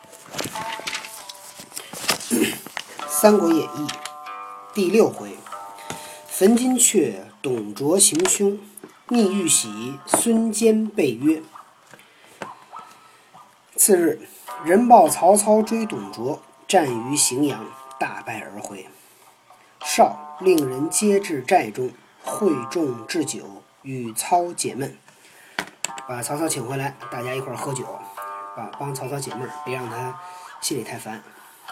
三国演义》第6回，焚金阙，董卓行凶，逆玉玺，孙坚被约。次日，人报曹操追董卓，战于荥阳，大败而回。少令人接至寨中，会众置酒，与操解闷。把曹操请回来，大家一块儿喝酒，帮曹操解闷，别让他心里太烦。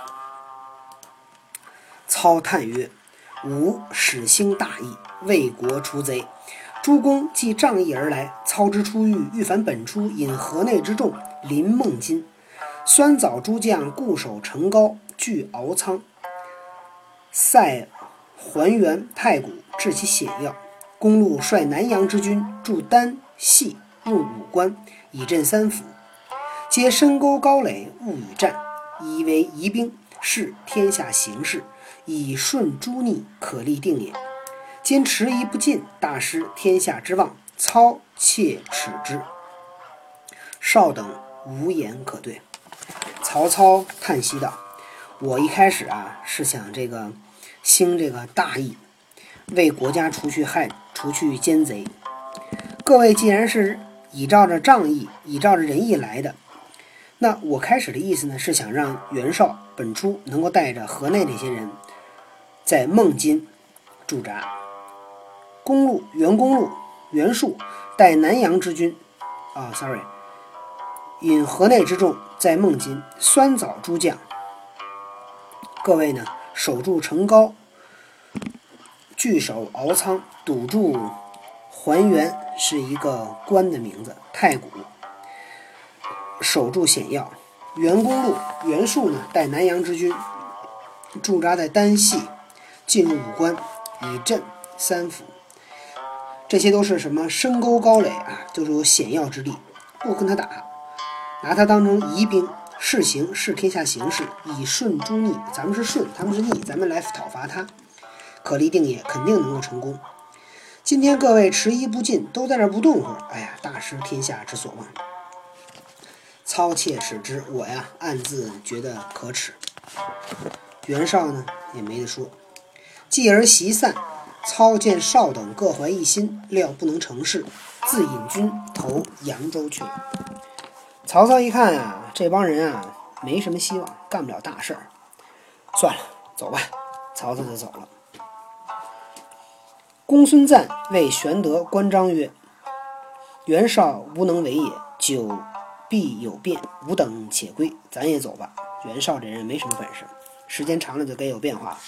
操叹曰：“吾始兴大义，为国除贼。诸公既仗义而来，操之出狱，欲返本初，引河内之众临孟津。酸枣诸将固守城高，据敖仓。塞还原太谷，治其险要。公路率南阳之军驻丹系，入武关，以镇三府。皆深沟高垒，勿与战，以为疑兵，视天下形势，以顺诸逆，可立定也。今迟疑不进，大失天下之望，操切齿之。”少等无言可对。曹操叹息道：“我一开始是想兴这个大义，为国家除去奸贼。各位既然是依照着仗义，依照着仁义来的，那我开始的意思呢，是想让袁绍、本初能够带着河内那些人在孟津驻扎。袁公路、袁术带南阳之军引河内之众在孟津，酸枣诸将各位呢守住城高，据守敖仓，堵住还原是一个关的名字，太谷，守住险要。袁公路、袁术呢带南阳之军驻扎在丹系，进入武关，以镇三府。这些都是什么深沟高垒都是有险要之地，不跟他打，拿他当成疑兵，视天下形势，以顺诸逆。咱们是顺，他们是逆，咱们来讨伐他，可立定也，肯定能够成功。今天各位迟疑不进，都在那不动会儿，大失天下之所望。操切齿之，我暗自觉得可耻。袁绍呢也没得说。继而席散，操见少等各怀一心，料不能成事，自引军投扬州去了。曹操一看这帮人没什么希望，干不了大事儿，算了，走吧。曹操就走了。公孙瓒谓玄德、关张曰：“袁绍无能为也，久必有变，吾等且归。”咱也走吧。袁绍这人没什么本事，时间长了就该有变化了。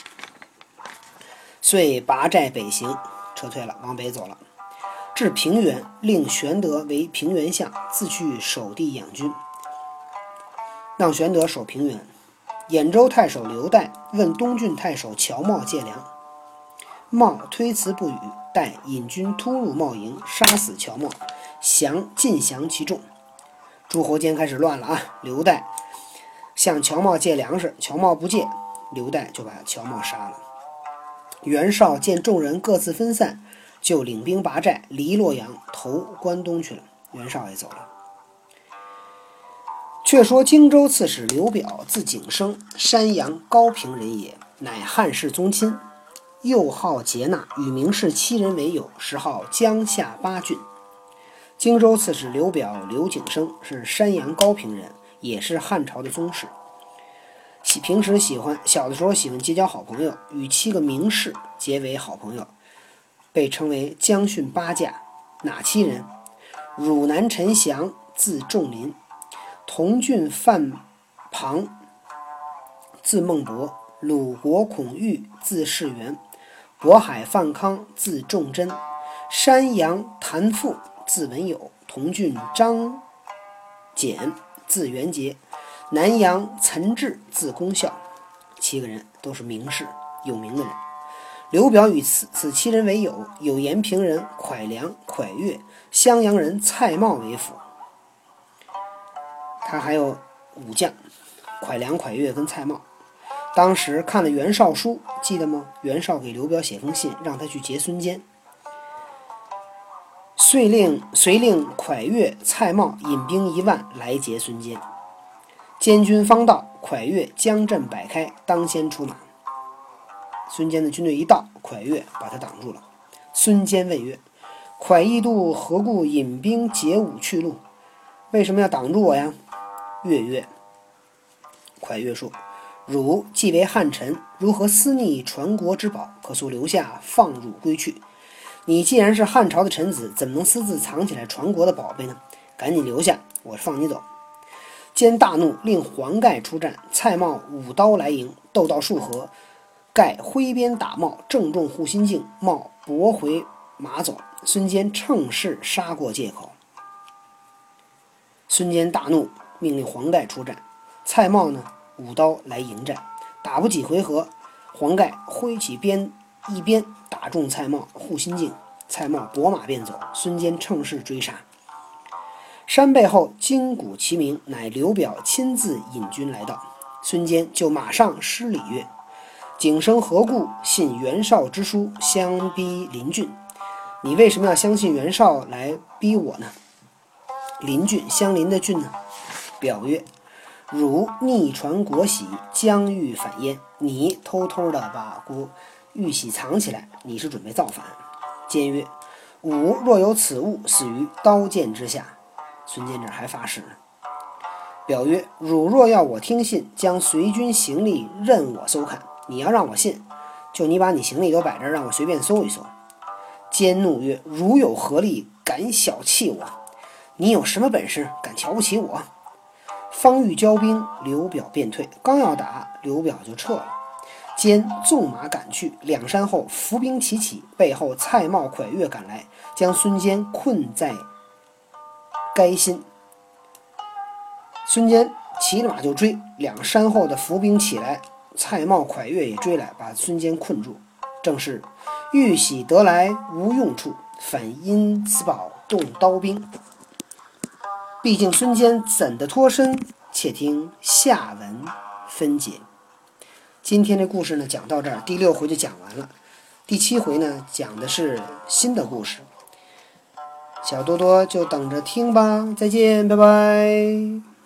遂拔寨北行，撤退了，往北走了。至平原，令玄德为平原相，自去守地养军。让玄德守平原。兖州太守刘岱问东郡太守乔瑁借粮，瑁推辞不语，岱引军突入瑁营，杀死乔瑁，尽降其众。诸侯间开始乱了刘岱向乔瑁借粮食，乔瑁不借，刘岱就把乔瑁杀了。袁绍见众人各自分散，就领兵拔寨，离洛阳投关东去了。袁绍也走了。却说荆州刺史刘表，字景升，山阳高平人也，乃汉室宗亲，又好节纳，与名士7人为友，时号江夏8郡。荆州刺史刘表刘景升是山阳高平人，也是汉朝的宗室。平时小的时候喜欢结交好朋友，与7个名士结为好朋友，被称为江训8驾。哪7人？汝南陈祥，字仲林；同郡范庞，字孟博；鲁国孔玉，字士元；渤海范康，字仲真；山阳谭父，字文友；同郡张简，字元节；南阳岑志，字公孝。7个人都是名士，有名的人。刘表与此7人为友，有延平人蒯良、蒯越，襄阳人蔡瑁为辅。他还有5将，蒯良、蒯越跟蔡瑁。当时看了袁绍书，记得吗？袁绍给刘表写封信，让他去劫孙坚。遂令蒯越、蔡瑁引兵1万来劫孙坚。 监军方到，蒯越将阵摆开，当先出马。孙坚的军队一到，蒯越把他挡住了。孙坚问曰：蒯异度何故引兵解武去路？为什么要挡住我呀？越曰：蒯越说：汝既为汉臣，如何私逆传国之宝，可速留下，放汝归去。你既然是汉朝的臣子，怎么能私自藏起来传国的宝贝呢？赶紧留下，我放你走。坚大怒，令黄盖出战，蔡瑁舞刀来迎，斗到数合，盖挥鞭打瑁，正中护心镜，瑁搏回马走。孙坚乘势杀过界口。孙坚大怒，命令黄盖出战，蔡瑁呢舞刀来迎战，打不几回合，黄盖挥起鞭一鞭打中蔡瑁护心镜，蔡瑁拨马便走，孙坚乘势追杀。山背后金鼓齐鸣，乃刘表亲自引军来到。孙坚就马上施礼曰：景生何故信袁绍之书，相逼临郡？你为什么要相信袁绍来逼我呢？临郡，相邻的郡呢？表曰：汝逆传国玺，将欲反燕。你偷偷的把玉玺藏起来，你是准备造反。坚曰：吾若有此物，死于刀剑之下。孙坚这还发誓呢。表曰：汝若要我听信，将随军行李任我搜看。你要让我信，就你把你行李都摆这儿，让我随便搜一搜。坚怒曰：汝有何力，敢小气我？你有什么本事，敢瞧不起我？方欲交兵，刘表便退，刚要打，刘表就撤了。坚纵马赶去，两山后伏兵齐起，背后蔡瑁、蒯越赶来，将孙坚困在该心。孙坚骑着马就追，两山后的伏兵起来，蔡瑁、蒯越也追来，把孙坚困住。正是玉玺得来无用处，反因此宝动刀兵。毕竟孙坚怎的脱身？且听下文分解。今天这故事呢讲到这儿，第6回就讲完了。第7回呢讲的是新的故事，小多多就等着听吧。再见，拜拜。